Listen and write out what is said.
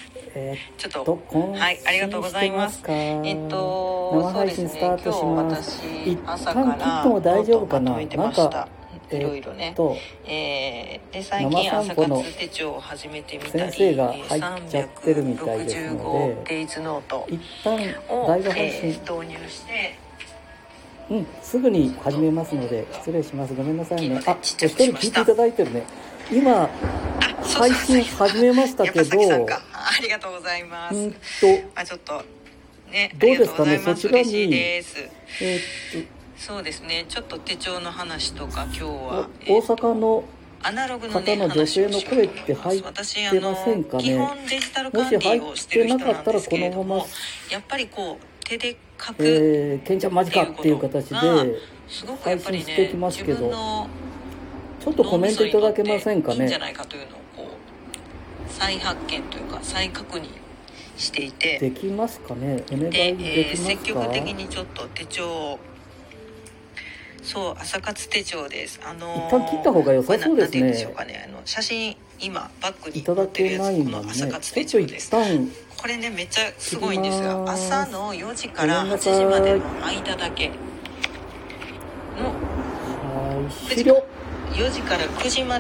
ちょっとはい、ありがとうございます。 生配信スタートします。 一旦切っても大丈夫かな。なんかいろいろね。で最生近散歩の朝活手帳を始めてみたり、 先生が入っちゃってるみたいですので、 デイズノート一旦を、 ライブ配信、 導入して、 すぐに始めますので失礼します。ごめんなさいね。 ちっちゃ一人くしました聞いていただいてるね。今配信始めましたけど、 やっぱさきさんか、ありがとうございます。ちょっとね、 どうですかね、そちらに。 嬉しいです。そうですね、ちょっと手帳の話とか今日は、 大阪のアナログの、 方の女性の声って入ってませんかね。 基本デジタル管理をしてる人なんですけれども、やっぱりこう手で書く、 ケンちゃんマジかっていう形で配信してきますけど、ちょっとコメントいただけませんかね。 いいんじゃないかというのをこう再発見というか再確認していて、 できますかね。お願いできますか。 積極的にちょっと手帳を、そう、朝活手帳です。 一旦切った方が良さそうですね。 なんて言うんでしょうかね。写真今バッグに載ってるやつ、この朝活手帳です。これねめっちゃすごいんですよ。朝の4時から8時までの間だけの終了。 4時から9時まで